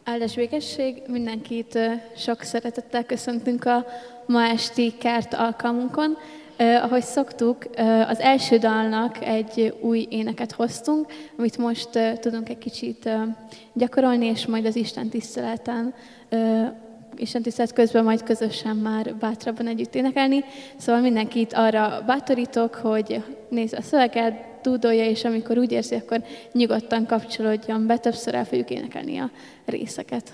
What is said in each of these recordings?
Áldás békesség, mindenkit sok szeretettel köszöntünk a ma esti kert alkalmunkon. Ahogy szoktuk, az első dalnak egy új éneket hoztunk, amit most tudunk egy kicsit gyakorolni, és majd az Isten tiszteleten, Isten tisztelet közben majd közösen már bátrabban együtt énekelni. Szóval mindenkit arra bátorítok, hogy nézze a szöveget, dúdolja, és amikor úgy érzi, akkor nyugodtan kapcsolódjon be, többször el fogjuk énekelni a részeket.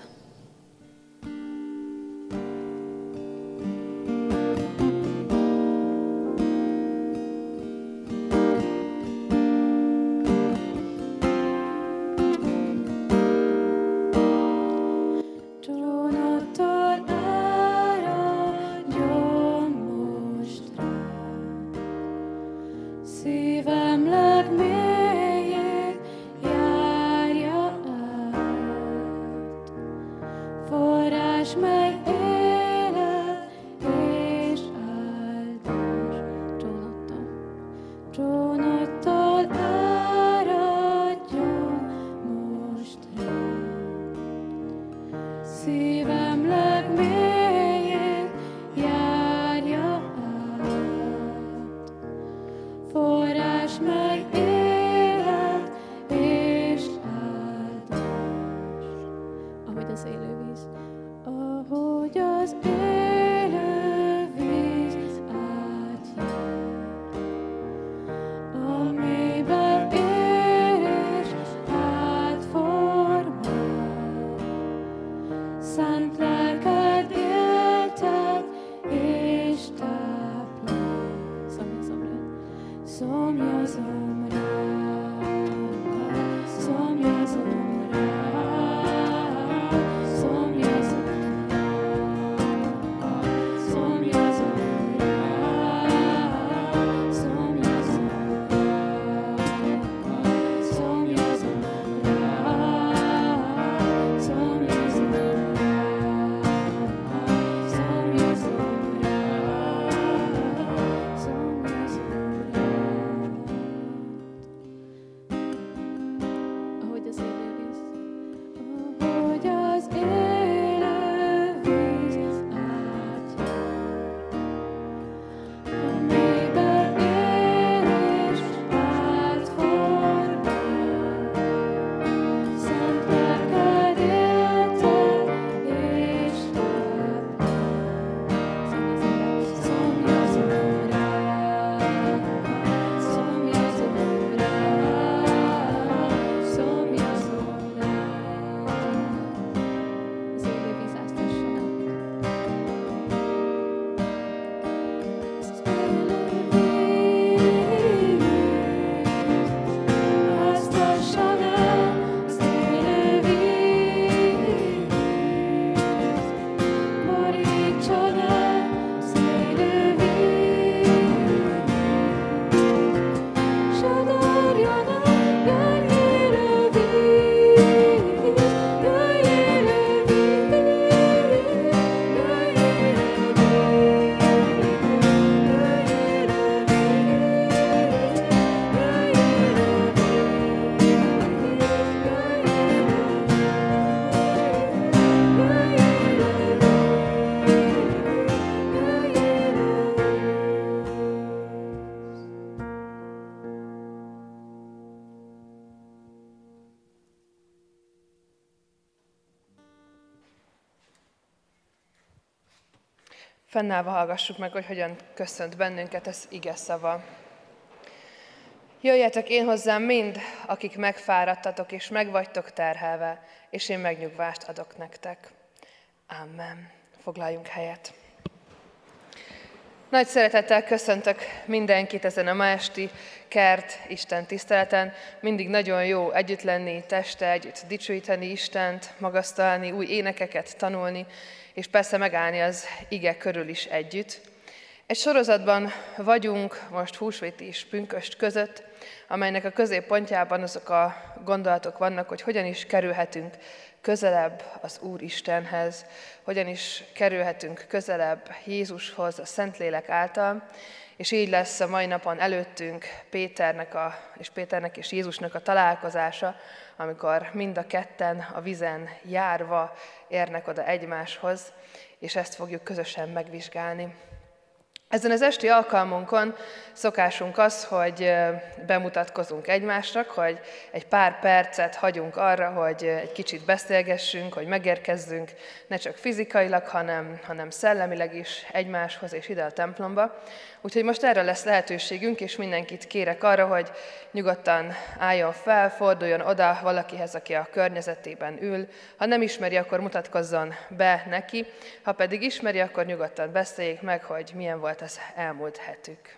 Fennállva hallgassuk meg, hogy hogyan köszönt bennünket az ige szava. Jöjjetek én hozzám mind, akik megfáradtatok és megvagytok terhelve, és én megnyugvást adok nektek. Amen. Foglaljunk helyet. Nagy szeretettel köszöntök mindenkit ezen a ma esti kert Isten tiszteleten. Mindig nagyon jó együtt lenni, teste együtt dicsőíteni Istent, magasztalni, új énekeket tanulni, és persze megállni az ige körül is együtt. Egy sorozatban vagyunk most húsvét és pünkösd között, amelynek a középpontjában azok a gondolatok vannak, hogy hogyan is kerülhetünk közelebb az Úr Istenhez, hogyan is kerülhetünk közelebb Jézushoz a Szentlélek által, és így lesz a mai napon előttünk Péternek és Jézusnak a találkozása, amikor mind a ketten a vizen járva érnek oda egymáshoz, és ezt fogjuk közösen megvizsgálni. Ezen az esti alkalmunkon szokásunk az, hogy bemutatkozunk egymásnak, hogy egy pár percet hagyunk arra, hogy egy kicsit beszélgessünk, hogy megérkezzünk ne csak fizikailag, hanem szellemileg is egymáshoz és ide a templomba. Úgyhogy most erre lesz lehetőségünk, és mindenkit kérek arra, hogy nyugodtan álljon fel, forduljon oda valakihez, aki a környezetében ül. Ha nem ismeri, akkor mutatkozzon be neki, ha pedig ismeri, akkor nyugodtan beszéljék meg, hogy milyen volt az elmúlt hetük.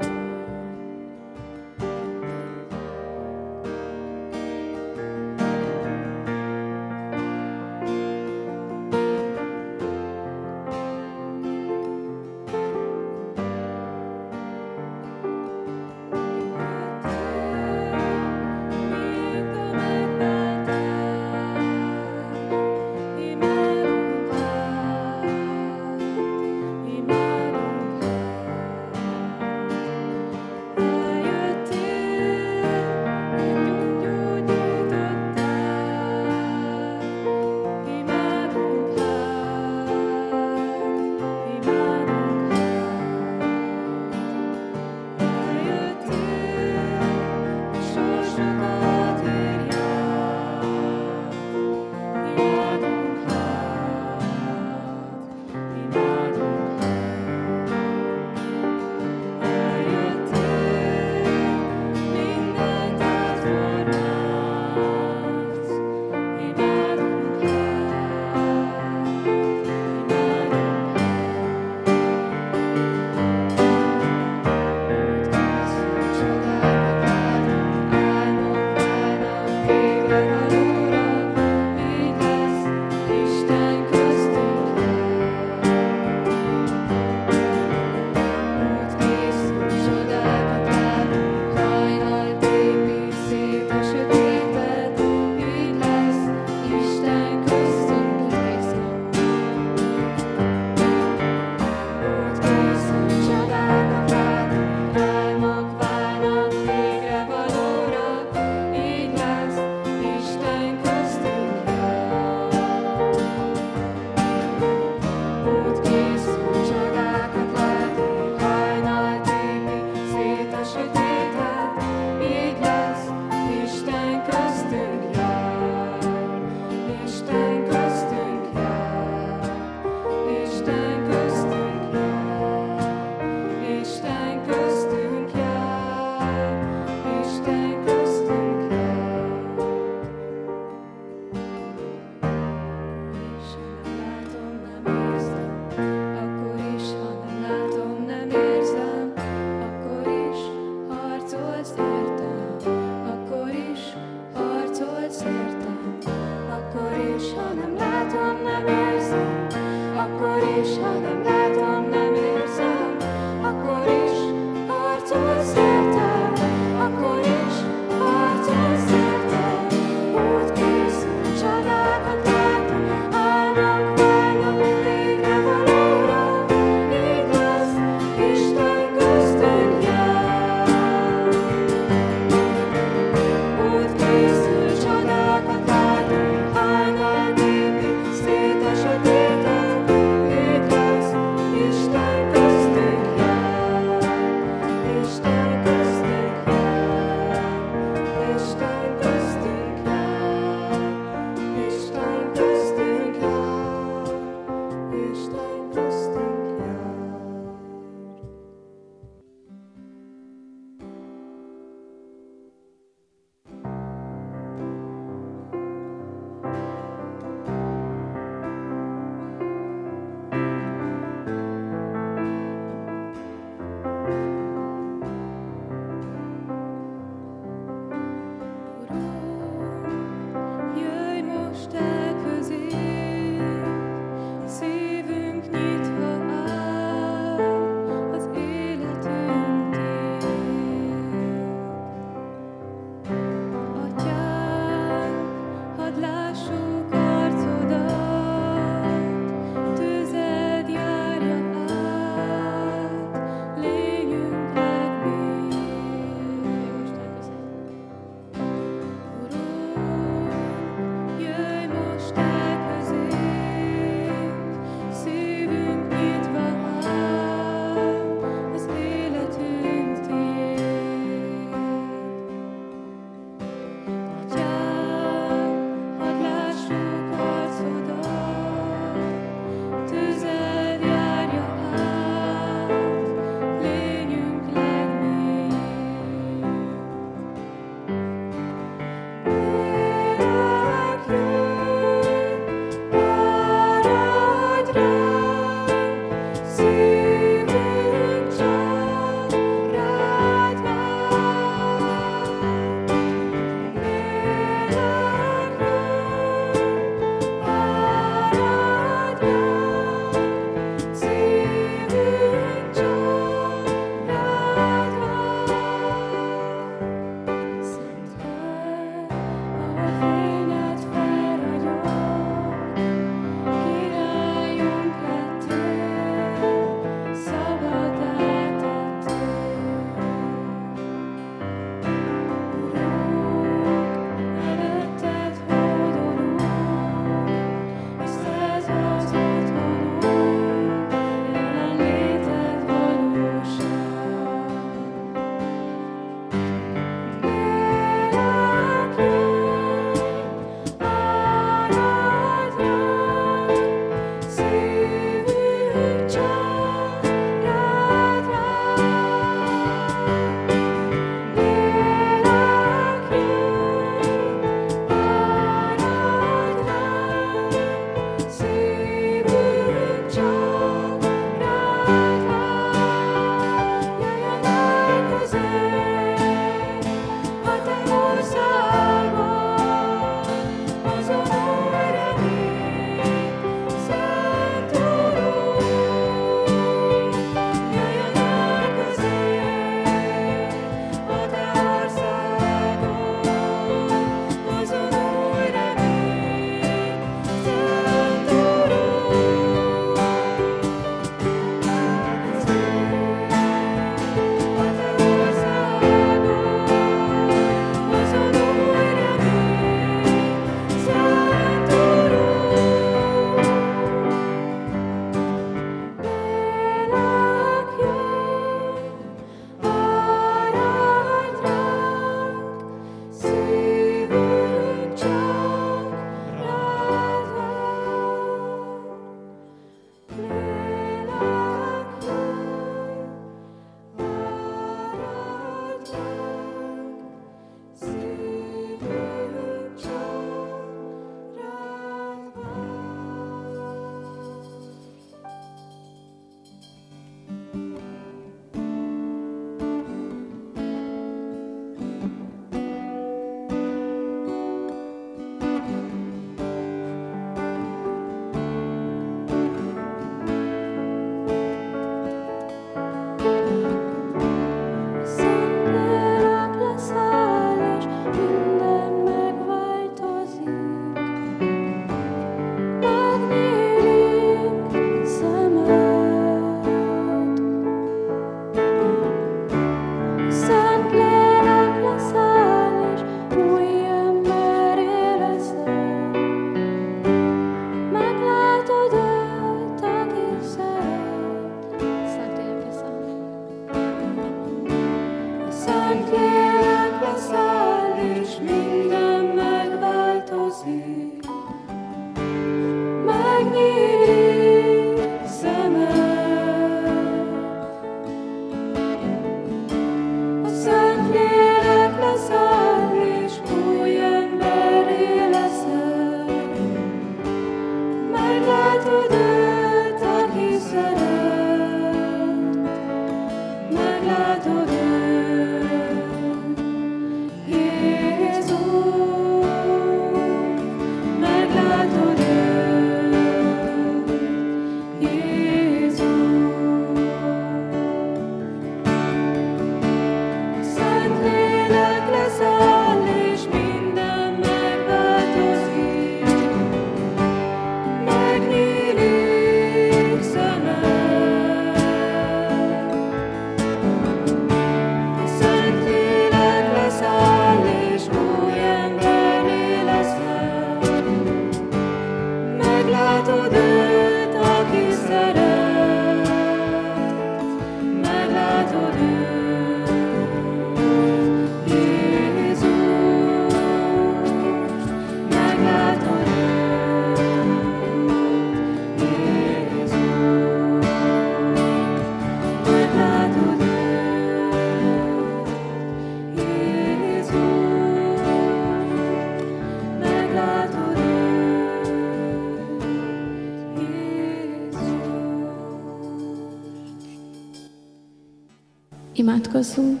Imádkozzunk!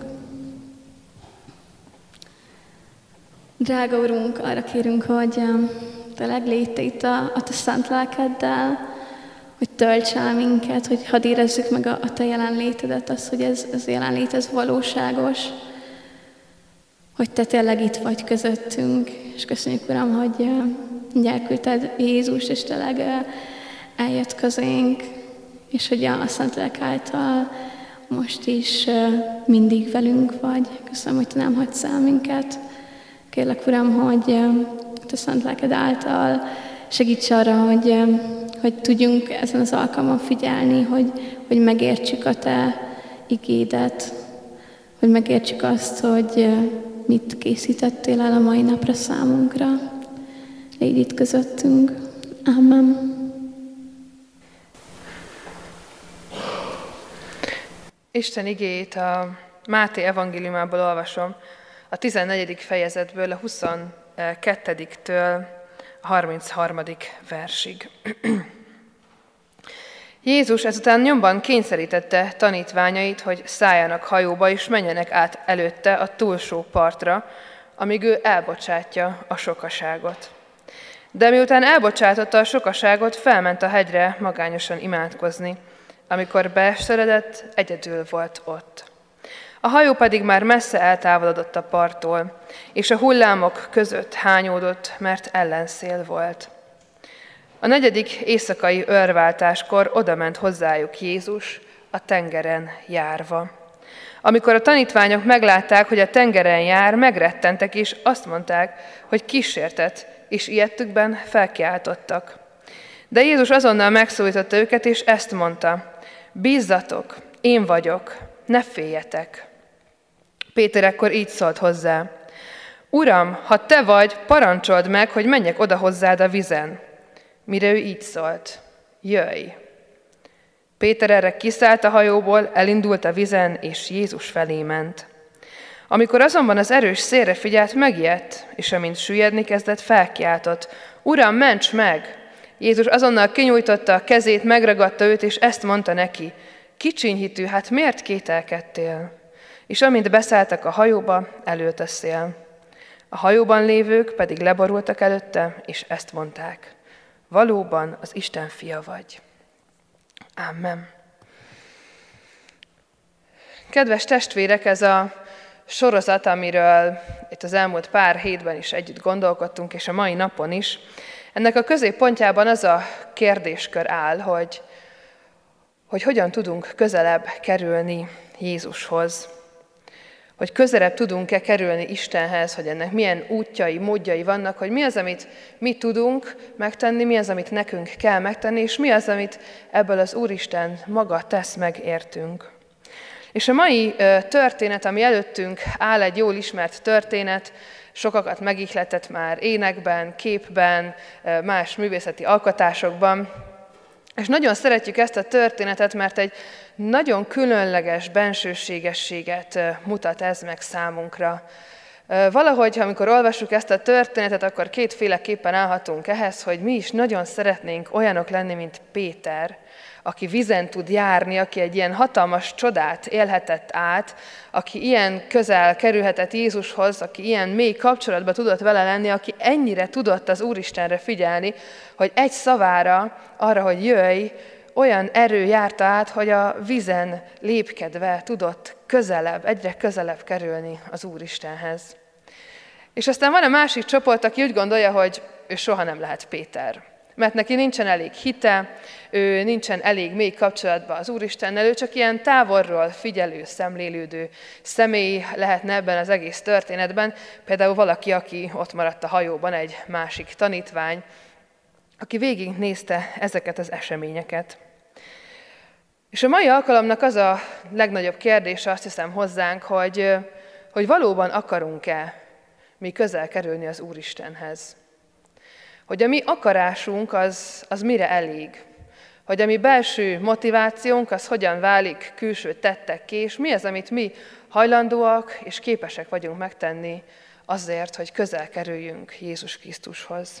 Drága Urunk, arra kérünk, hogy Te leglégy itt a Te szent lelkeddel, hogy tölts el minket, hogy hadd érezzük meg a Te jelenlétedet, az, hogy ez jelenlét, ez valóságos, hogy Te tényleg itt vagy közöttünk, és köszönjük, Uram, hogy elküldted Jézus, és tényleg eljött közénk, és hogy a Szentlélek által most is mindig velünk vagy. Köszönöm, hogy Te nem hagysz el minket. Kérlek, Uram, hogy Te szent lelked által segíts arra, hogy tudjunk ezen az alkalmon figyelni, hogy megértsük a Te igédet, hogy megértsük azt, hogy mit készítettél el a mai napra számunkra. Légy itt közöttünk. Amen. Isten igéjét a Máté evangéliumából olvasom, a 14. fejezetből, a 22-től a 33. versig. Jézus ezután nyomban kényszerítette tanítványait, hogy szálljanak hajóba és menjenek át előtte a túlsó partra, amíg ő elbocsátja a sokaságot. De miután elbocsátotta a sokaságot, felment a hegyre magányosan imádkozni. Amikor beesteredett, egyedül volt ott. A hajó pedig már messze eltávolodott a parttól, és a hullámok között hányódott, mert ellenszél volt. A 4. éjszakai őrváltáskor odament hozzájuk Jézus a tengeren járva. Amikor a tanítványok meglátták, hogy a tengeren jár, megrettentek, és azt mondták, hogy kísértet, és ijedtükben felkiáltottak. De Jézus azonnal megszólította őket, és ezt mondta: bízzatok, én vagyok, ne féljetek. Péter ekkor így szólt hozzá: Uram, ha te vagy, parancsold meg, hogy menjek oda hozzád a vizen. Mire ő így szólt: jöjj. Péter erre kiszállt a hajóból, elindult a vizen, és Jézus felé ment. Amikor azonban az erős szélre figyelt, megijedt, és amint süllyedni kezdett, felkiáltott: Uram, ments meg! Jézus azonnal kinyújtotta a kezét, megragadta őt, és ezt mondta neki: kicsiny hitű, hát miért kételkedtél? És amint beszálltak a hajóba, elült a szél. A hajóban lévők pedig leborultak előtte, és ezt mondták: valóban az Isten fia vagy. Amen. Kedves testvérek, ez a sorozat, amiről itt az elmúlt pár hétben is együtt gondolkodtunk, és a mai napon is, ennek a középpontjában az a kérdéskör áll, hogy hogyan tudunk közelebb kerülni Jézushoz. Hogy közelebb tudunk-e kerülni Istenhez, hogy ennek milyen útjai, módjai vannak, hogy mi az, amit mi tudunk megtenni, mi az, amit nekünk kell megtenni, és mi az, amit ebből az Úristen maga tesz meg értünk. És a mai történet, ami előttünk áll, egy jól ismert történet, sokakat megihletett már énekben, képben, más művészeti alkotásokban. És nagyon szeretjük ezt a történetet, mert egy nagyon különleges bensőségességet mutat ez meg számunkra. Valahogy, amikor olvassuk ezt a történetet, akkor kétféleképpen állhatunk ehhez, hogy mi is nagyon szeretnénk olyanok lenni, mint Péter, aki vízen tud járni, aki egy ilyen hatalmas csodát élhetett át, aki ilyen közel kerülhetett Jézushoz, aki ilyen mély kapcsolatba tudott vele lenni, aki ennyire tudott az Úristenre figyelni, hogy egy szavára arra, hogy jöjj, olyan erő járta át, hogy a vízen lépkedve tudott egyre közelebb kerülni az Úristenhez. És aztán van a másik csoport, aki úgy gondolja, hogy ő soha nem lehet Péter. Mert neki nincsen elég hite, ő nincsen elég mély kapcsolatban az Úristennel, ő csak ilyen távolról figyelő, szemlélődő személy lehetne ebben az egész történetben. Például valaki, aki ott maradt a hajóban, egy másik tanítvány, aki végignézte ezeket az eseményeket. És a mai alkalomnak az a legnagyobb kérdése, azt hiszem hozzánk, hogy valóban akarunk-e mi közel kerülni az Úristenhez. Hogy a mi akarásunk az mire elég. Hogy a mi belső motivációnk az hogyan válik külső tettekké, és mi az, amit mi hajlandóak és képesek vagyunk megtenni azért, hogy közel kerüljünk Jézus Krisztushoz.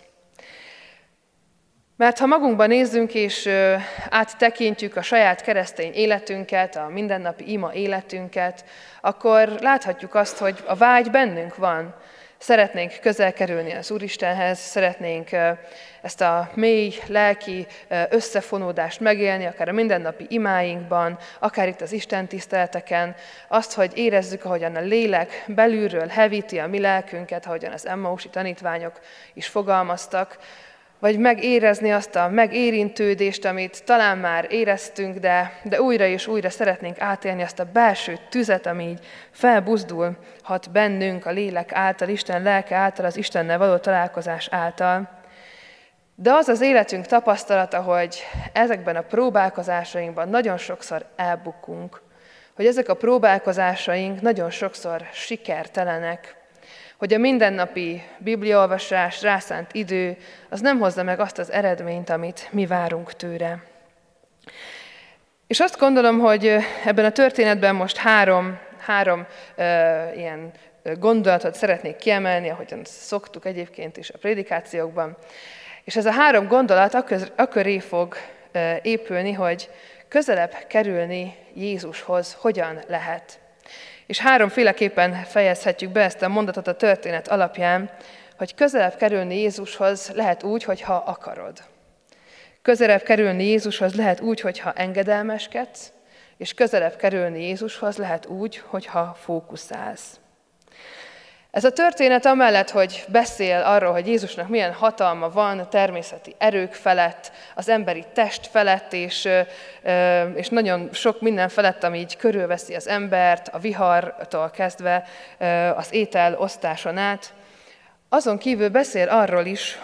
Mert ha magunkban nézzünk és áttekintjük a saját keresztény életünket, a mindennapi ima életünket, akkor láthatjuk azt, hogy a vágy bennünk van. Szeretnénk közel kerülni az Úristenhez, szeretnénk ezt a mély lelki összefonódást megélni, akár a mindennapi imáinkban, akár itt az istentiszteleteken, azt, hogy érezzük, ahogyan a lélek belülről hevíti a mi lelkünket, ahogyan az emmausi tanítványok is fogalmaztak, vagy megérezni azt a megérintődést, amit talán már éreztünk, de újra és újra szeretnénk átélni azt a belső tüzet, ami így felbuzdulhat bennünk a lélek által, Isten lelke által, az Istennel való találkozás által. De az az életünk tapasztalata, hogy ezekben a próbálkozásainkban nagyon sokszor elbukunk, hogy ezek a próbálkozásaink nagyon sokszor sikertelenek, hogy a mindennapi bibliaolvasás, rászánt idő, az nem hozza meg azt az eredményt, amit mi várunk tőle. És azt gondolom, hogy ebben a történetben most három ilyen gondolatot szeretnék kiemelni, ahogyan szoktuk egyébként is a prédikációkban. És ez a 3 gondolat akköré fog épülni, hogy közelebb kerülni Jézushoz hogyan lehet. És 3-féleképpen fejezhetjük be ezt a mondatot a történet alapján, hogy közelebb kerülni Jézushoz lehet úgy, hogyha akarod. Közelebb kerülni Jézushoz lehet úgy, hogyha engedelmeskedsz, és közelebb kerülni Jézushoz lehet úgy, hogyha fókuszálsz. Ez a történet amellett, hogy beszél arról, hogy Jézusnak milyen hatalma van a természeti erők felett, az emberi test felett, és nagyon sok minden felett, ami így körülveszi az embert, a vihartól kezdve az étel osztáson át. Azon kívül beszél arról is,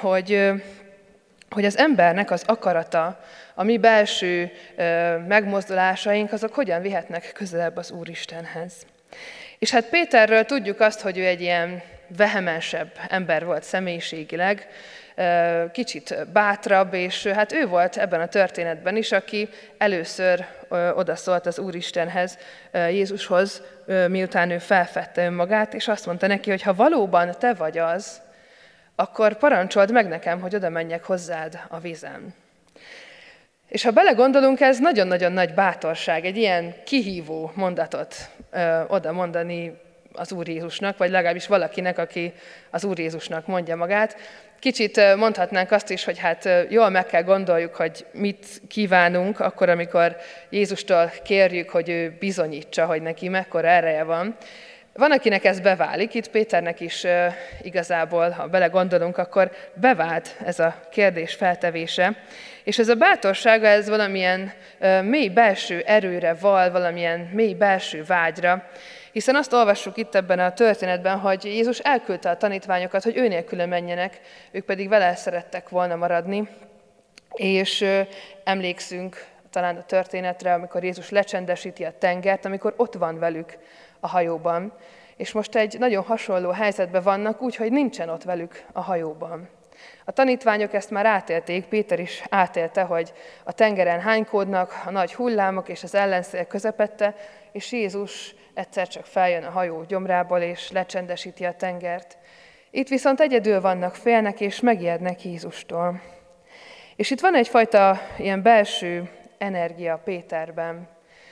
hogy az embernek az akarata, a mi belső megmozdulásaink, azok hogyan vihetnek közelebb az Úristenhez. És hát Péterről tudjuk azt, hogy ő egy ilyen vehemensebb ember volt személyiségileg, kicsit bátrabb, és hát ő volt ebben a történetben is, aki először odaszólt az Úristenhez, Jézushoz, miután ő felfedte önmagát, és azt mondta neki, hogy ha valóban te vagy az, akkor parancsold meg nekem, hogy oda menjek hozzád a vízen. És ha belegondolunk, ez nagyon-nagyon nagy bátorság, egy ilyen kihívó mondatot oda mondani az Úr Jézusnak, vagy legalábbis valakinek, aki az Úr Jézusnak mondja magát. Kicsit mondhatnánk azt is, hogy hát jól meg kell gondoljuk, hogy mit kívánunk akkor, amikor Jézustól kérjük, hogy ő bizonyítsa, hogy neki mekkora ereje van. Van, akinek ez beválik, itt Péternek is igazából, ha belegondolunk, akkor bevált ez a kérdés feltevése. És ez a bátorsága, ez valamilyen mély belső erőre val, valamilyen mély belső vágyra, hiszen azt olvassuk itt ebben a történetben, hogy Jézus elküldte a tanítványokat, hogy ő nélküle menjenek, ők pedig vele szerettek volna maradni. És emlékszünk talán a történetre, amikor Jézus lecsendesíti a tengert, amikor ott van velük a hajóban, és most egy nagyon hasonló helyzetben vannak, úgyhogy nincsen ott velük a hajóban. A tanítványok ezt már átélték, Péter is átélte, hogy a tengeren hánykódnak a nagy hullámok és az ellenszél közepette, és Jézus egyszer csak feljön a hajó gyomrából, és lecsendesíti a tengert. Itt viszont egyedül vannak, félnek, és megijednek Jézustól. És itt van egyfajta ilyen belső energia Péterben.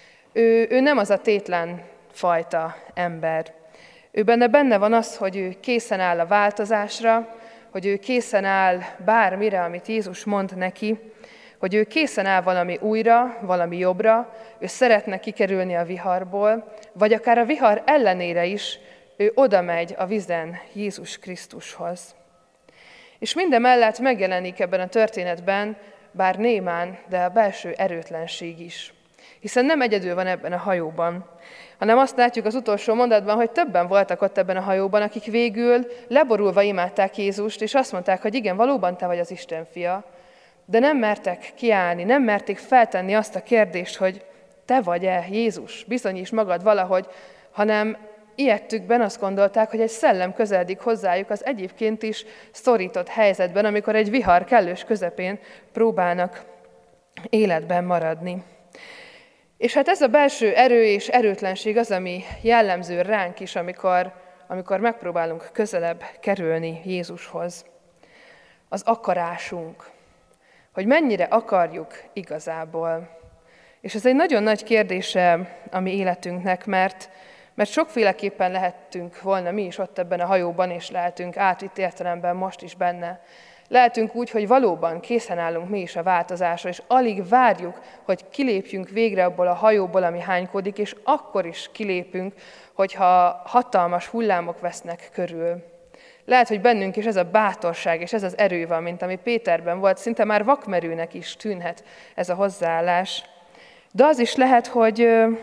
Ő nem az a tétlen fajta ember. Benne van az, hogy ő készen áll a változásra, hogy ő készen áll bármire, amit Jézus mond neki, hogy ő készen áll valami újra, valami jobbra, ő szeretne kikerülni a viharból, vagy akár a vihar ellenére is, ő oda megy a vízen Jézus Krisztushoz. És mindemellett megjelenik ebben a történetben, bár némán, de a belső erőtlenség is. Hiszen nem egyedül van ebben a hajóban, hanem azt látjuk az utolsó mondatban, hogy többen voltak ott ebben a hajóban, akik végül leborulva imádták Jézust, és azt mondták, hogy igen, valóban te vagy az Isten fia, de nem mertek kiállni, nem merték feltenni azt a kérdést, hogy te vagy-e Jézus, bizonyíts magad valahogy, hanem ijedtükben azt gondolták, hogy egy szellem közeledik hozzájuk az egyébként is szorított helyzetben, amikor egy vihar kellős közepén próbálnak életben maradni. És hát ez a belső erő és erőtlenség az, ami jellemző ránk is, amikor megpróbálunk közelebb kerülni Jézushoz. Az akarásunk, hogy mennyire akarjuk igazából. És ez egy nagyon nagy kérdése a mi életünknek, mert sokféleképpen lehetünk volna mi is ott ebben a hajóban, és lehetünk átvitt értelemben most is benne. Lehetünk úgy, hogy valóban készen állunk mi is a változásra, és alig várjuk, hogy kilépjünk végre abból a hajóból, ami hánykódik, és akkor is kilépünk, hogyha hatalmas hullámok vesznek körül. Lehet, hogy bennünk is ez a bátorság és ez az erő van, mint ami Péterben volt, szinte már vakmerőnek is tűnhet ez a hozzáállás. De az is lehet, hogy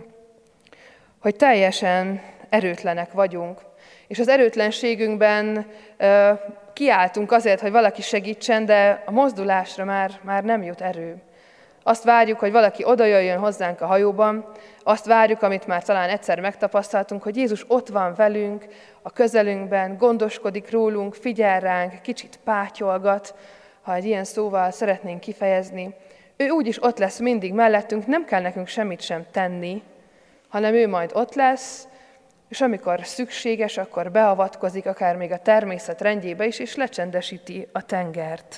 teljesen erőtlenek vagyunk, és az erőtlenségünkben kiáltunk azért, hogy valaki segítsen, de a mozdulásra már nem jut erő. Azt várjuk, hogy valaki odajöjjön hozzánk a hajóban, azt várjuk, amit már talán egyszer megtapasztaltunk, hogy Jézus ott van velünk, a közelünkben, gondoskodik rólunk, figyel ránk, kicsit pátyolgat, ha egy ilyen szóval szeretnénk kifejezni. Ő úgyis ott lesz mindig mellettünk, nem kell nekünk semmit sem tenni, hanem ő majd ott lesz, és amikor szükséges, akkor beavatkozik, akár még a természet rendjébe is, és lecsendesíti a tengert.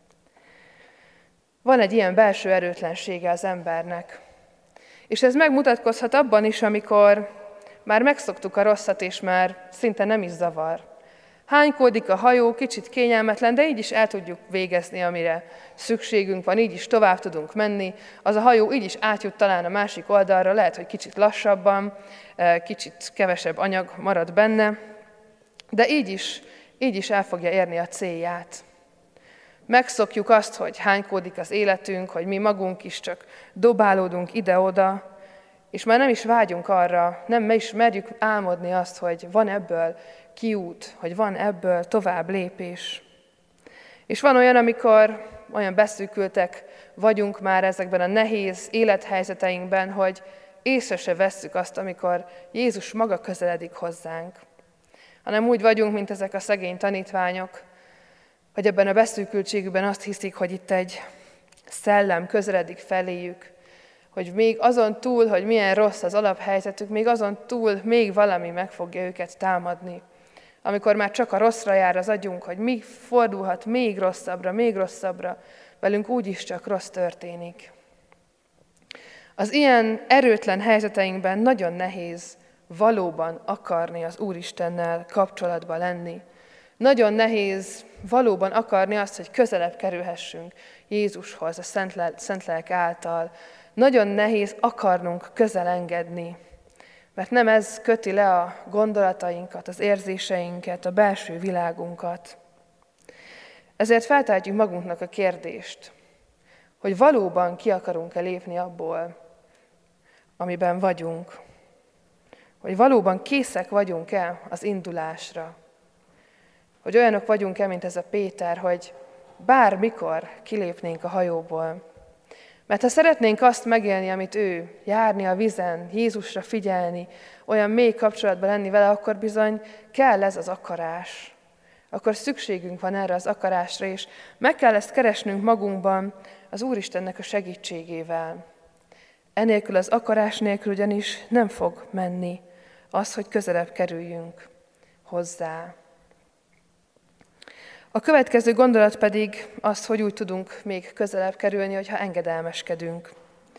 Van egy ilyen belső erőtlensége az embernek. És ez megmutatkozhat abban is, amikor már megszoktuk a rosszat, és már szinte nem is zavar. Hánykódik a hajó, kicsit kényelmetlen, de így is el tudjuk végezni, amire szükségünk van, így is tovább tudunk menni. Az a hajó így is átjut talán a másik oldalra, lehet, hogy kicsit lassabban, kicsit kevesebb anyag marad benne, de így is el fogja érni a célját. Megszokjuk azt, hogy hánykódik az életünk, hogy mi magunk is csak dobálódunk ide-oda, és már nem is vágyunk arra, nem is merjük álmodni azt, hogy van ebből kiút, hogy van ebből tovább lépés. És van olyan, amikor olyan beszűkültek vagyunk már ezekben a nehéz élethelyzeteinkben, hogy észre se vesszük azt, amikor Jézus maga közeledik hozzánk. Hanem úgy vagyunk, mint ezek a szegény tanítványok, hogy ebben a beszűkültségükben azt hiszik, hogy itt egy szellem közeledik feléjük, hogy még azon túl, hogy milyen rossz az alaphelyzetük, még azon túl még valami meg fogja őket támadni. Amikor már csak a rosszra jár az agyunk, hogy mi fordulhat még rosszabbra, velünk úgyis csak rossz történik. Az ilyen erőtlen helyzeteinkben nagyon nehéz valóban akarni az Úristennel kapcsolatba lenni. Nagyon nehéz valóban akarni azt, hogy közelebb kerülhessünk Jézushoz, a Szent Lelk által. Nagyon nehéz akarnunk közel engedni, mert nem ez köti le a gondolatainkat, az érzéseinket, a belső világunkat. Ezért feltehetjük magunknak a kérdést, hogy valóban ki akarunk-e lépni abból, amiben vagyunk. Hogy valóban készek vagyunk-e az indulásra. Hogy olyanok vagyunk-e, mint ez a Péter, hogy bármikor kilépnénk a hajóból. Mert ha szeretnénk azt megélni, amit ő, járni a vizen, Jézusra figyelni, olyan mély kapcsolatban lenni vele, akkor bizony kell ez az akarás. Akkor szükségünk van erre az akarásra, és meg kell ezt keresnünk magunkban az Úristennek a segítségével. Enélkül az akarás nélkül ugyanis nem fog menni az, hogy közelebb kerüljünk hozzá. A következő gondolat pedig az, hogy úgy tudunk még közelebb kerülni, hogyha engedelmeskedünk.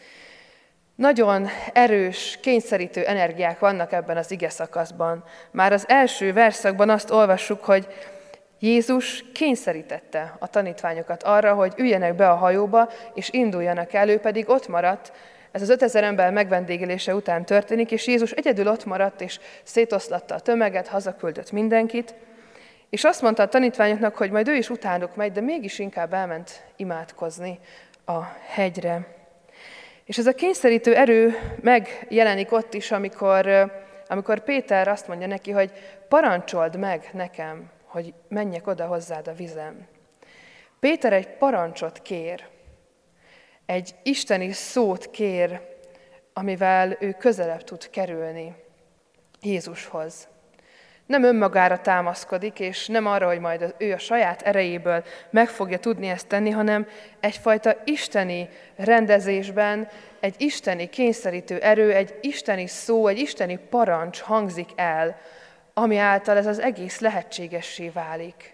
Nagyon erős, kényszerítő energiák vannak ebben az ige szakaszban. Már az első verszakban azt olvassuk, hogy Jézus kényszerítette a tanítványokat arra, hogy üljenek be a hajóba, és induljanak el, ő pedig ott maradt. Ez az 5000 ember megvendégelése után történik, és Jézus egyedül ott maradt, és szétoszlatta a tömeget, hazaküldött mindenkit, és azt mondta a tanítványoknak, hogy majd ő is utánuk megy, de mégis inkább elment imádkozni a hegyre. És ez a kényszerítő erő megjelenik ott is, amikor Péter azt mondja neki, hogy parancsold meg nekem, hogy menjek oda hozzád a vizen. Péter egy parancsot kér, egy isteni szót kér, amivel ő közelebb tud kerülni Jézushoz. Nem önmagára támaszkodik, és nem arra, hogy majd ő a saját erejéből meg fogja tudni ezt tenni, hanem egyfajta isteni rendezésben, egy isteni kényszerítő erő, egy isteni szó, egy isteni parancs hangzik el, ami által ez az egész lehetségessé válik.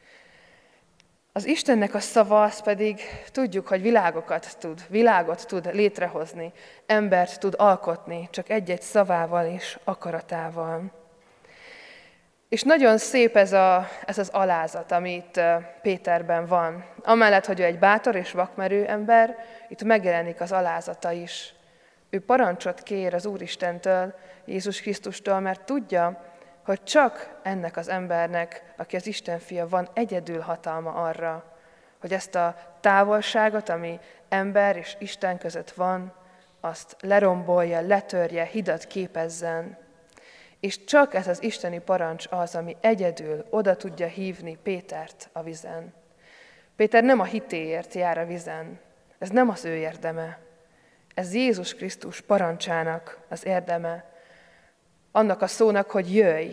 Az Istennek a szava az pedig tudjuk, hogy világot tud létrehozni, embert tud alkotni, csak egy-egy szavával és akaratával. És nagyon szép ez az alázat, amit Péterben van. Amellett, hogy ő egy bátor és vakmerő ember, itt megjelenik az alázata is. Ő parancsot kér az Úristentől, Jézus Krisztustól, mert tudja, hogy csak ennek az embernek, aki az Isten fia, van egyedül hatalma arra, hogy ezt a távolságot, ami ember és Isten között van, azt lerombolja, letörje, hidat képezzen. És csak ez az isteni parancs az, ami egyedül oda tudja hívni Pétert a vizen. Péter nem a hitéért jár a vizen, ez nem az ő érdeme. Ez Jézus Krisztus parancsának az érdeme, annak a szónak, hogy jöjj.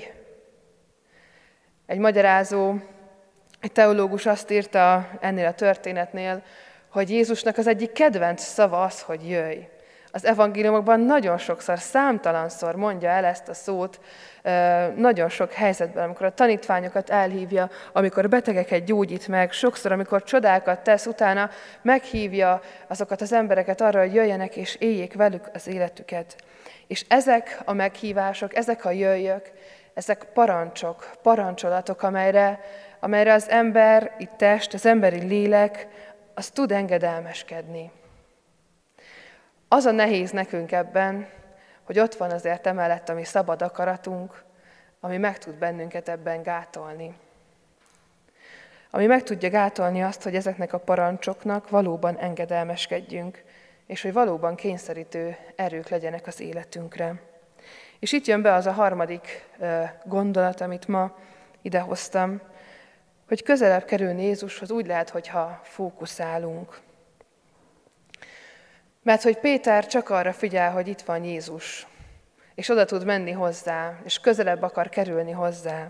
Egy magyarázó, egy teológus azt írta ennél a történetnél, hogy Jézusnak az egyik kedvenc szava az, hogy jöjj. Az evangéliumokban nagyon sokszor, számtalanszor mondja el ezt a szót, nagyon sok helyzetben, amikor a tanítványokat elhívja, amikor betegeket gyógyít meg, sokszor, amikor csodákat tesz, utána meghívja azokat az embereket arra, hogy jöjjenek és éljék velük az életüket. És ezek a meghívások, ezek a jöjjök, ezek parancsok, parancsolatok, amelyre az emberi test, az emberi lélek, az tud engedelmeskedni. Az a nehéz nekünk ebben, hogy ott van azért emellett a mi szabad akaratunk, ami meg tud bennünket ebben gátolni. Ami meg tudja gátolni azt, hogy ezeknek a parancsoknak valóban engedelmeskedjünk, és hogy valóban kényszerítő erők legyenek az életünkre. És itt jön be az a harmadik gondolat, amit ma idehoztam, hogy közelebb kerülni Jézushoz úgy lehet, hogyha fókuszálunk. Mert hogy Péter csak arra figyel, hogy itt van Jézus, és oda tud menni hozzá, és közelebb akar kerülni hozzá.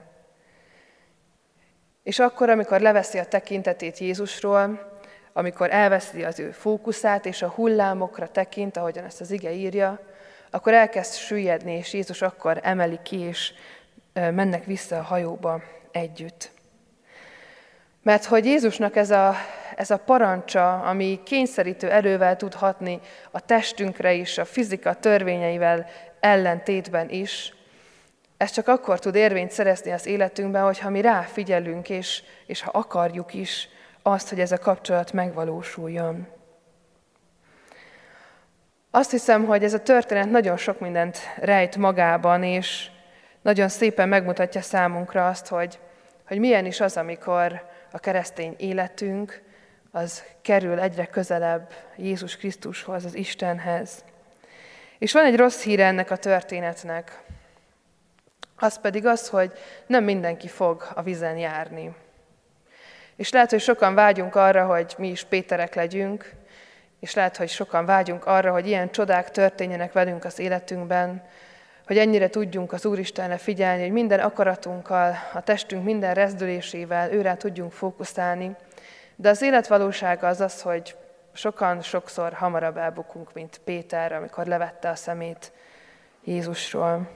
És akkor, amikor leveszi a tekintetét Jézusról, amikor elveszi az ő fókuszát, és a hullámokra tekint, ahogyan ezt az ige írja, akkor elkezd süllyedni, és Jézus akkor emeli ki, és mennek vissza a hajóba együtt. Mert hogy Jézusnak ez a parancsa, ami kényszerítő erővel tud hatni a testünkre is, a fizika törvényeivel ellentétben is, ez csak akkor tud érvényt szerezni az életünkben, hogyha mi ráfigyelünk, és ha akarjuk is azt, hogy ez a kapcsolat megvalósuljon. Azt hiszem, hogy ez a történet nagyon sok mindent rejt magában, és nagyon szépen megmutatja számunkra azt, hogy milyen is az, amikor a keresztény életünk az kerül egyre közelebb Jézus Krisztushoz, az Istenhez. És van egy rossz híre ennek a történetnek. Az pedig az, hogy nem mindenki fog a vizen járni. És lehet, hogy sokan vágyunk arra, hogy mi is Péterek legyünk, és lehet, hogy sokan vágyunk arra, hogy ilyen csodák történjenek velünk az életünkben, hogy ennyire tudjunk az Úristenre figyelni, hogy minden akaratunkkal, a testünk minden rezdülésével őrá tudjunk fókuszálni. De az élet valósága az, hogy sokan sokszor hamarabb elbukunk, mint Péter, amikor levette a szemét Jézusról.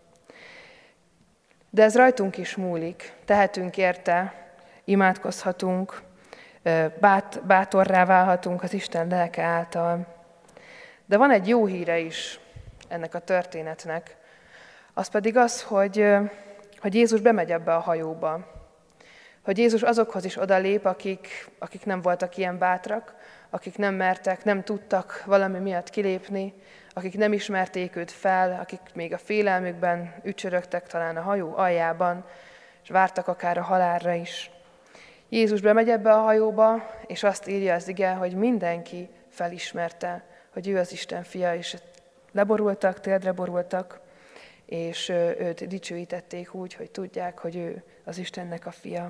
De ez rajtunk is múlik. Tehetünk érte, imádkozhatunk, bátorrá válhatunk az Isten lelke által. De van egy jó híre is ennek a történetnek. Az pedig az, hogy Jézus bemegy ebbe a hajóba. Hogy Jézus azokhoz is odalép, akik nem voltak ilyen bátrak, akik nem mertek, nem tudtak valami miatt kilépni, akik nem ismerték őt fel, akik még a félelmükben ücsörögtek talán a hajó aljában, és vártak akár a halálra is. Jézus bemegy ebbe a hajóba, és azt írja az ige, hogy mindenki felismerte, hogy ő az Isten fia, és leborultak, térdre borultak, és őt dicsőítették úgy, hogy tudják, hogy ő az Istennek a fia.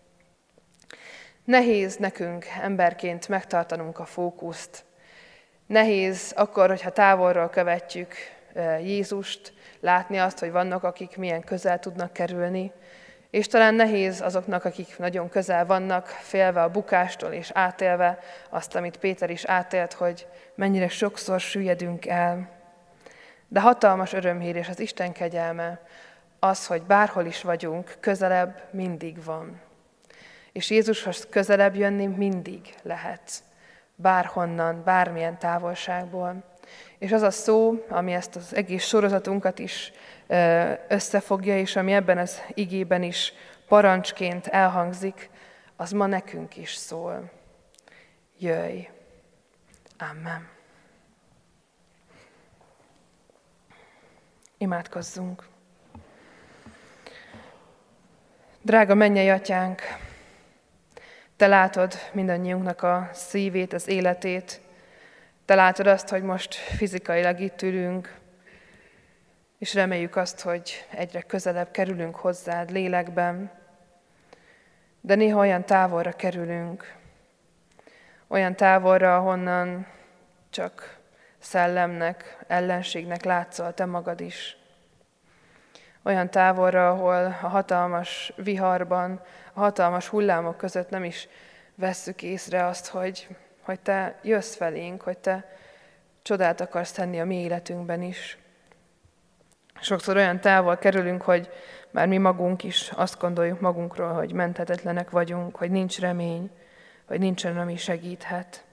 Nehéz nekünk emberként megtartanunk a fókuszt. Nehéz akkor, hogyha távolról követjük Jézust, látni azt, hogy vannak, akik milyen közel tudnak kerülni, és talán nehéz azoknak, akik nagyon közel vannak, félve a bukástól és átélve azt, amit Péter is átélt, hogy mennyire sokszor süllyedünk el. De hatalmas örömhír és az Isten kegyelme az, hogy bárhol is vagyunk, közelebb mindig van. És Jézushoz közelebb jönni mindig lehet. Bárhonnan, bármilyen távolságból. És az a szó, ami ezt az egész sorozatunkat is összefogja, és ami ebben az igében is parancsként elhangzik, az ma nekünk is szól. Jöjj! Amen. Imádkozzunk! Drága mennyei Atyánk, Te látod mindannyiunknak a szívét, az életét. Te látod azt, hogy most fizikailag itt ülünk, és reméljük azt, hogy egyre közelebb kerülünk hozzád lélekben, de néha olyan távolra kerülünk, olyan távolra, ahonnan csak szellemnek, ellenségnek látszol te magad is. Olyan távolra, ahol a hatalmas viharban, a hatalmas hullámok között nem is vesszük észre azt, hogy te jössz felénk, hogy te csodát akarsz tenni a mi életünkben is. Sokszor olyan távol kerülünk, hogy már mi magunk is azt gondoljuk magunkról, hogy menthetetlenek vagyunk, hogy nincs remény, hogy nincsen, ami segíthet.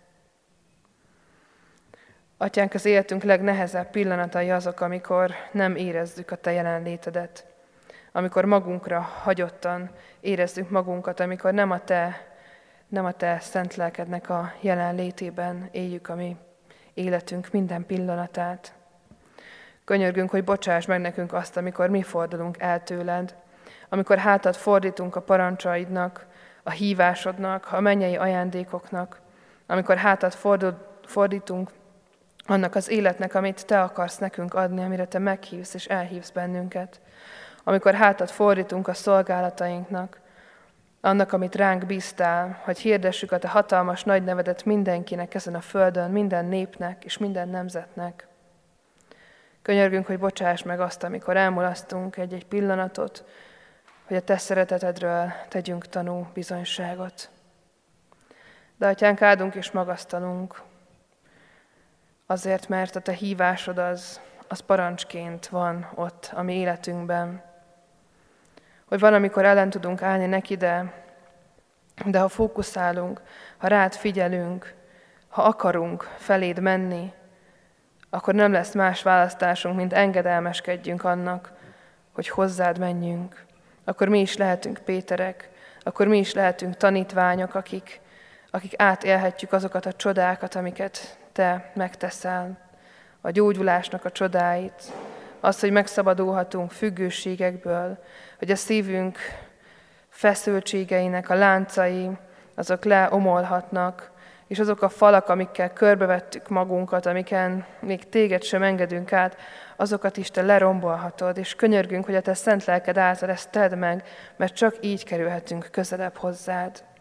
Atyánk, az életünk legnehezebb pillanatai azok, amikor nem érezzük a Te jelenlétedet, amikor magunkra hagyottan érezzük magunkat, amikor nem a Te szent lelkednek a jelenlétében éljük a mi életünk minden pillanatát. Könyörgünk, hogy bocsáss meg nekünk azt, amikor mi fordulunk el tőled, amikor hátat fordítunk a parancsaidnak, a hívásodnak, a mennyei ajándékoknak, amikor hátat fordítunk annak az életnek, amit Te akarsz nekünk adni, amire Te meghívsz és elhívsz bennünket. Amikor hátat fordítunk a szolgálatainknak, annak, amit ránk bíztál, hogy hirdessük a Te hatalmas nagy nevedet mindenkinek ezen a földön, minden népnek és minden nemzetnek. Könyörgünk, hogy bocsáss meg azt, amikor elmulasztunk egy-egy pillanatot, hogy a Te szeretetedről tegyünk tanú bizonyságot. De Atyánk, áldunk és magasztalunk, azért, mert a Te hívásod az parancsként van ott a mi életünkben. Hogy van, amikor ellen tudunk állni neki, de ha fókuszálunk, ha rád figyelünk, ha akarunk feléd menni, akkor nem lesz más választásunk, mint engedelmeskedjünk annak, hogy hozzád menjünk. Akkor mi is lehetünk Péterek, akkor mi is lehetünk tanítványok, akik átélhetjük azokat a csodákat, amiket Te megteszel, a gyógyulásnak a csodáit, azt, hogy megszabadulhatunk függőségekből, hogy a szívünk feszültségeinek a láncai, azok leomolhatnak, és azok a falak, amikkel körbevettük magunkat, amiken még téged sem engedünk át, azokat is Te lerombolhatod, és könyörgünk, hogy a Te szent lelked által ezt tedd meg, mert csak így kerülhetünk közelebb hozzád.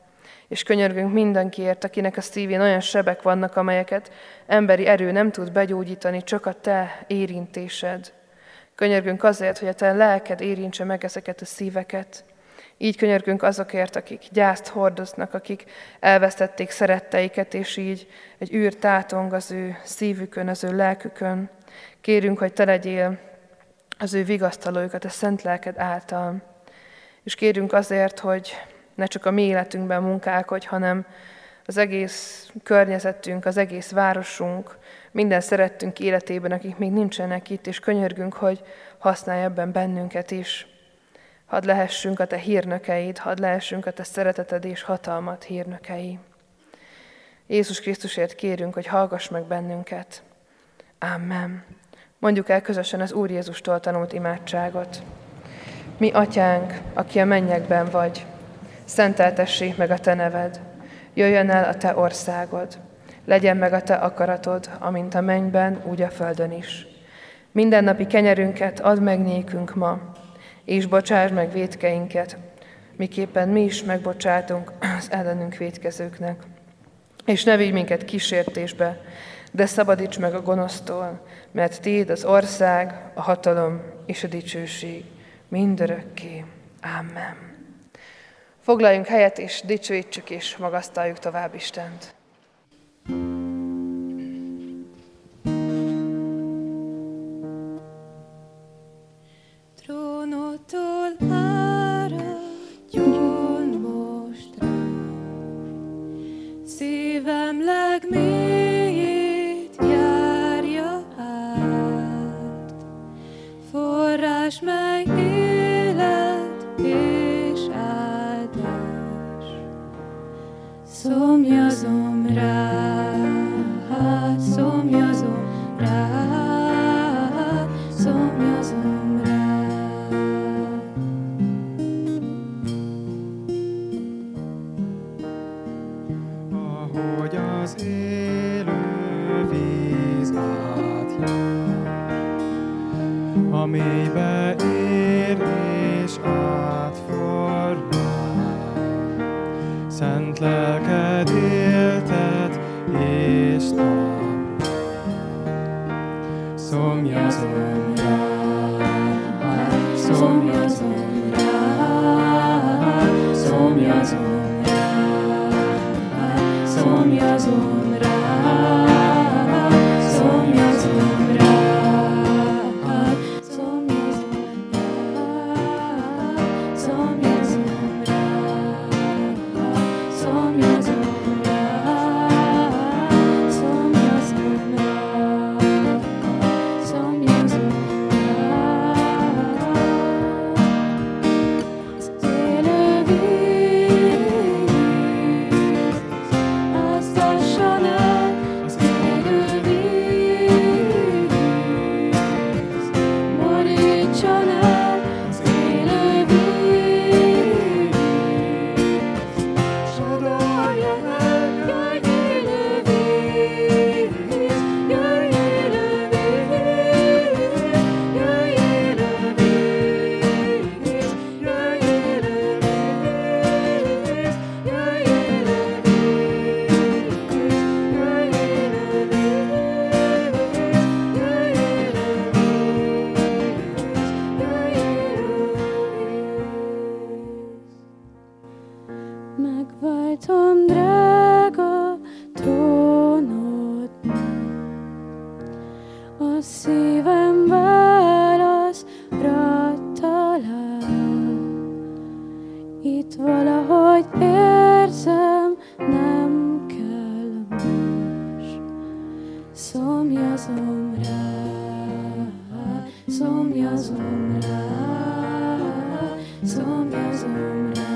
És könyörgünk mindenkiért, akinek a szívén olyan sebek vannak, amelyeket emberi erő nem tud begyógyítani, csak a Te érintésed. Könyörgünk azért, hogy a Te lelked érintse meg ezeket a szíveket. Így könyörgünk azokért, akik gyászt hordoznak, akik elvesztették szeretteiket, és így egy űr tátong az ő szívükön, az ő lelkükön. Kérünk, hogy Te legyél az ő vigasztalójukat a szent lelked által. És kérünk azért, hogy ne csak a mi életünkben munkálkodj, hanem az egész környezetünk, az egész városunk, minden szerettünk életében, akik még nincsenek itt, és könyörgünk, hogy használj ebben bennünket is. Hadd lehessünk a Te hírnökeid, hadd lehessünk a Te szereteted és hatalmat hírnökei. Jézus Krisztusért kérünk, hogy hallgass meg bennünket. Amen. Mondjuk el közösen az Úr Jézustól tanult imádságot. Mi atyánk, aki a mennyekben vagy, szenteltessék meg a Te neved, jöjjön el a Te országod, legyen meg a Te akaratod, amint a mennyben, úgy a földön is. Mindennapi kenyerünket add meg nékünk ma, és bocsásd meg vétkeinket, miképpen mi is megbocsátunk az ellenünk vétkezőknek. És ne vigy minket kísértésbe, de szabadíts meg a gonosztól, mert Tiéd az ország, a hatalom és a dicsőség mindörökké. Amen. Foglaljunk helyet, és dicsőítsük és magasztaljuk tovább Istent. Trónodtól áradjon most rám, szívem legmélyét járja át, forrás, mely élet és áldás. Szomjazom rá, szomjazom rá, szomjazom rá. Ahogy az élő víz átjár, a mélybe ér és átformál, szent lelked éltet és tart. Szomjazom rá, szomjazom rá, szomjazom rá, szomjazom rá, szomjazom rá, szomjazom rá, szomjazom rá, szomjazom rá, szomjazom rá. Az élő víz áztasson el, az élő víz borítson el, az élő víz sodorjon el. Jöjj élő víz, jöjj élő víz, jöjj élő víz, jöjj élő víz, jöjj élő megváltom drága trónodnak, a szívem válaszra talál. Itt valahogy érzem, nem kell más. Szomjazom rá, szomjazom rá, szomjazom rá.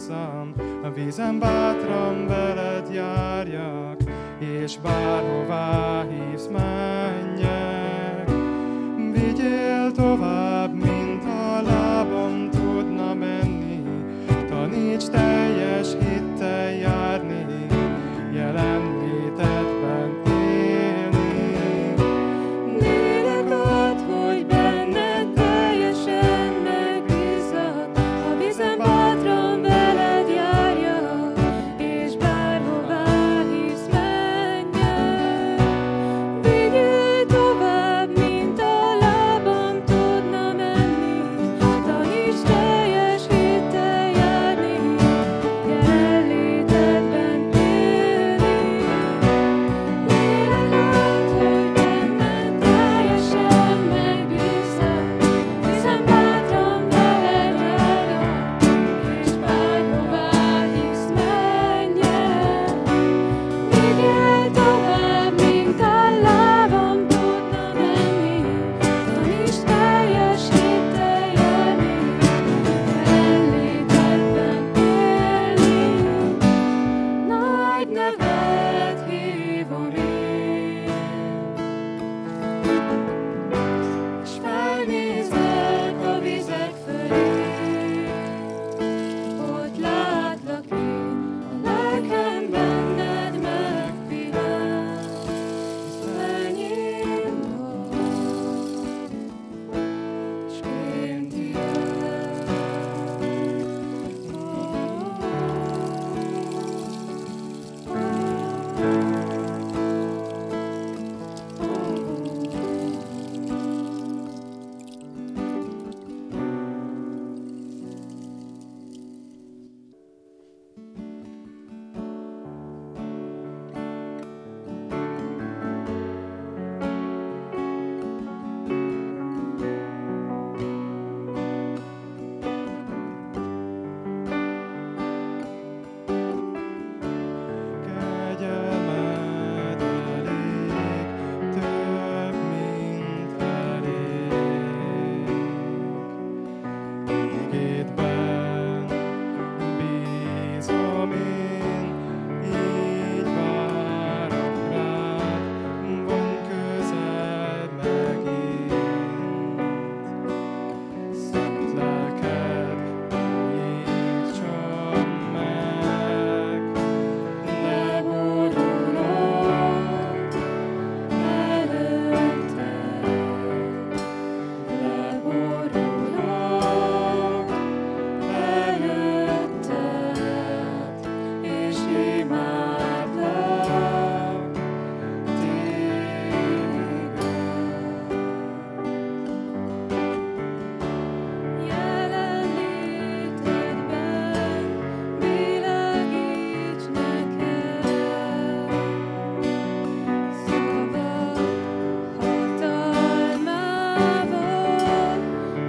bízzam, a vízen bátran veled járjak, és bárhová hívsz, menjek. Vigyél tovább, mint a lábam tudna menni, taníts teljes hittel járni, jelenlétedben élni. Lélek ad, hogy benned teljesen megbízzak, a vízen bátran veled járjak, és bárhová hívsz, menjek. Vigyél tovább, mint a lábam tudna menni, taníts teljes hittel járni, jelenlétedben élni. Lélek ad, hogy benned teljesen megbízzak, hiszen bátran veled járok, és bárhová hívsz, menjek. Vigyél tovább, mint a lábam tudna menni, taníts teljes hittel járni, jelenlétedben élni. Nagy nevet hívom én, s felnézek a vizek fölé. Ott látlak én, a lelkem benned megpihen, hisz enyém vagy, s én tiéd. Kegyelmed elég, több, mint elég. Igédben bízom én, így várok rád, vonj közel megint. Szent lelked újítson meg, leborulok előtted, leborulok előtted, és imádlak téged. Jelenlétedben világíts nekem, szabad hatalmával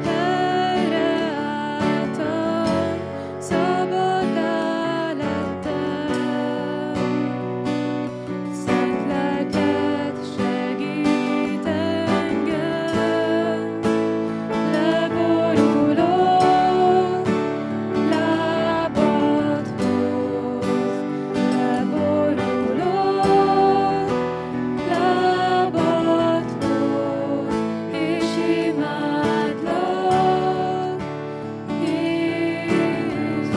helyreálltam, szabaddá lettem. Szent lelked segít engem, leborulok lábadhoz, leborulok lábadhoz, és imádlak, Jézus.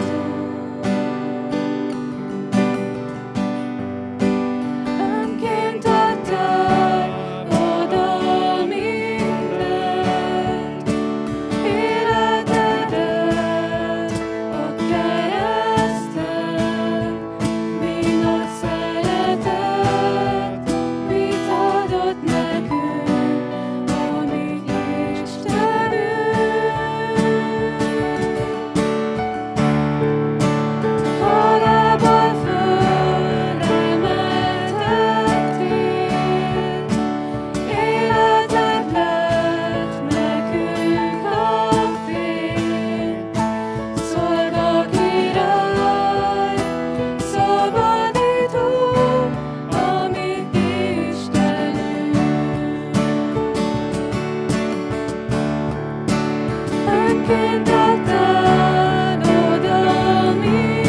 Önként adtál oda mindent, életedet a kereszten, mi nagy szeretet, mit adott nekünk, a mi Istenünk. Halából fölemeltettél, életed lett nekünk a fény. Szolga király, szabadító, a mi Istenünk. Önként adtál oda mindent,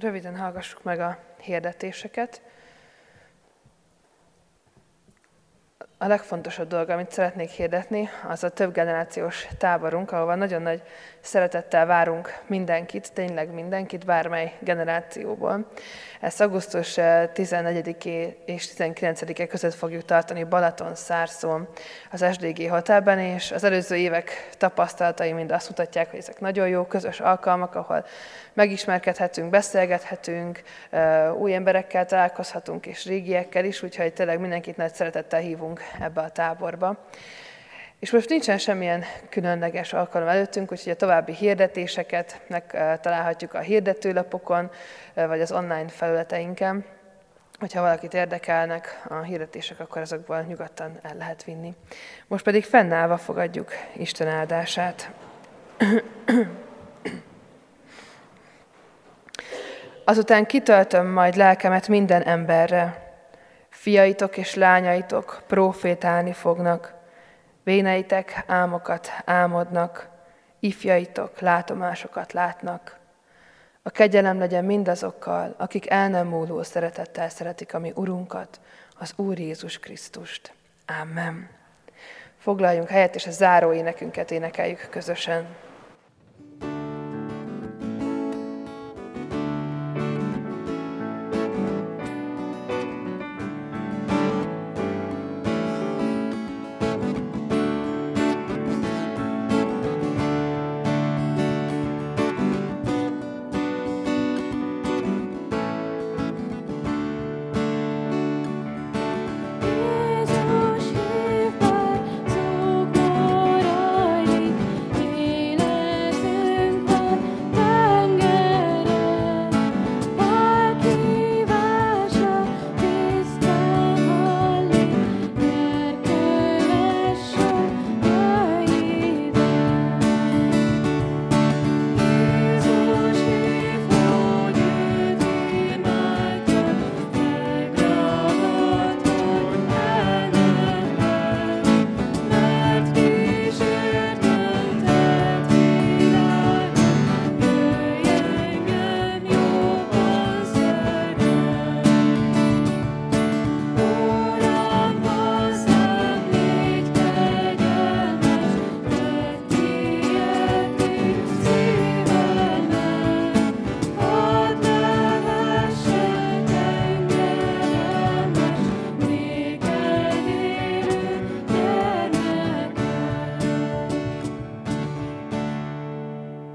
röviden hallgassuk meg a hirdetéseket. A legfontosabb dolog, amit szeretnék hirdetni, az a több generációs táborunk, ahova nagyon nagy szeretettel várunk mindenkit, tényleg mindenkit, bármely generációból. Ezt augusztus 14 és 19 között fogjuk tartani Balatonszárszón, az SDG Hotelben, és az előző évek tapasztalatai mind azt mutatják, hogy ezek nagyon jó közös alkalmak, ahol megismerkedhetünk, beszélgethetünk, új emberekkel találkozhatunk, és régiekkel is, úgyhogy tényleg mindenkit nagy szeretettel hívunk ebbe a táborba. És most nincsen semmilyen különleges alkalom előttünk, úgyhogy a további hirdetéseket megtalálhatjuk a hirdetőlapokon, vagy az online felületeinken. Hogyha valakit érdekelnek a hirdetések, akkor azokból nyugodtan el lehet vinni. Most pedig fennállva fogadjuk Isten áldását. Azután kitöltöm majd lelkemet minden emberre. Fiaitok és lányaitok prófétálni fognak, véneitek álmokat álmodnak, ifjaitok látomásokat látnak. A kegyelem legyen mindazokkal, akik el nem múló szeretettel szeretik a mi Urunkat, az Úr Jézus Krisztust. Amen. Foglaljunk helyet, és a záró énekünket énekeljük közösen.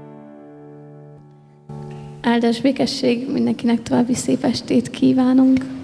Áldás békesség, mindenkinek további szép estét kívánunk!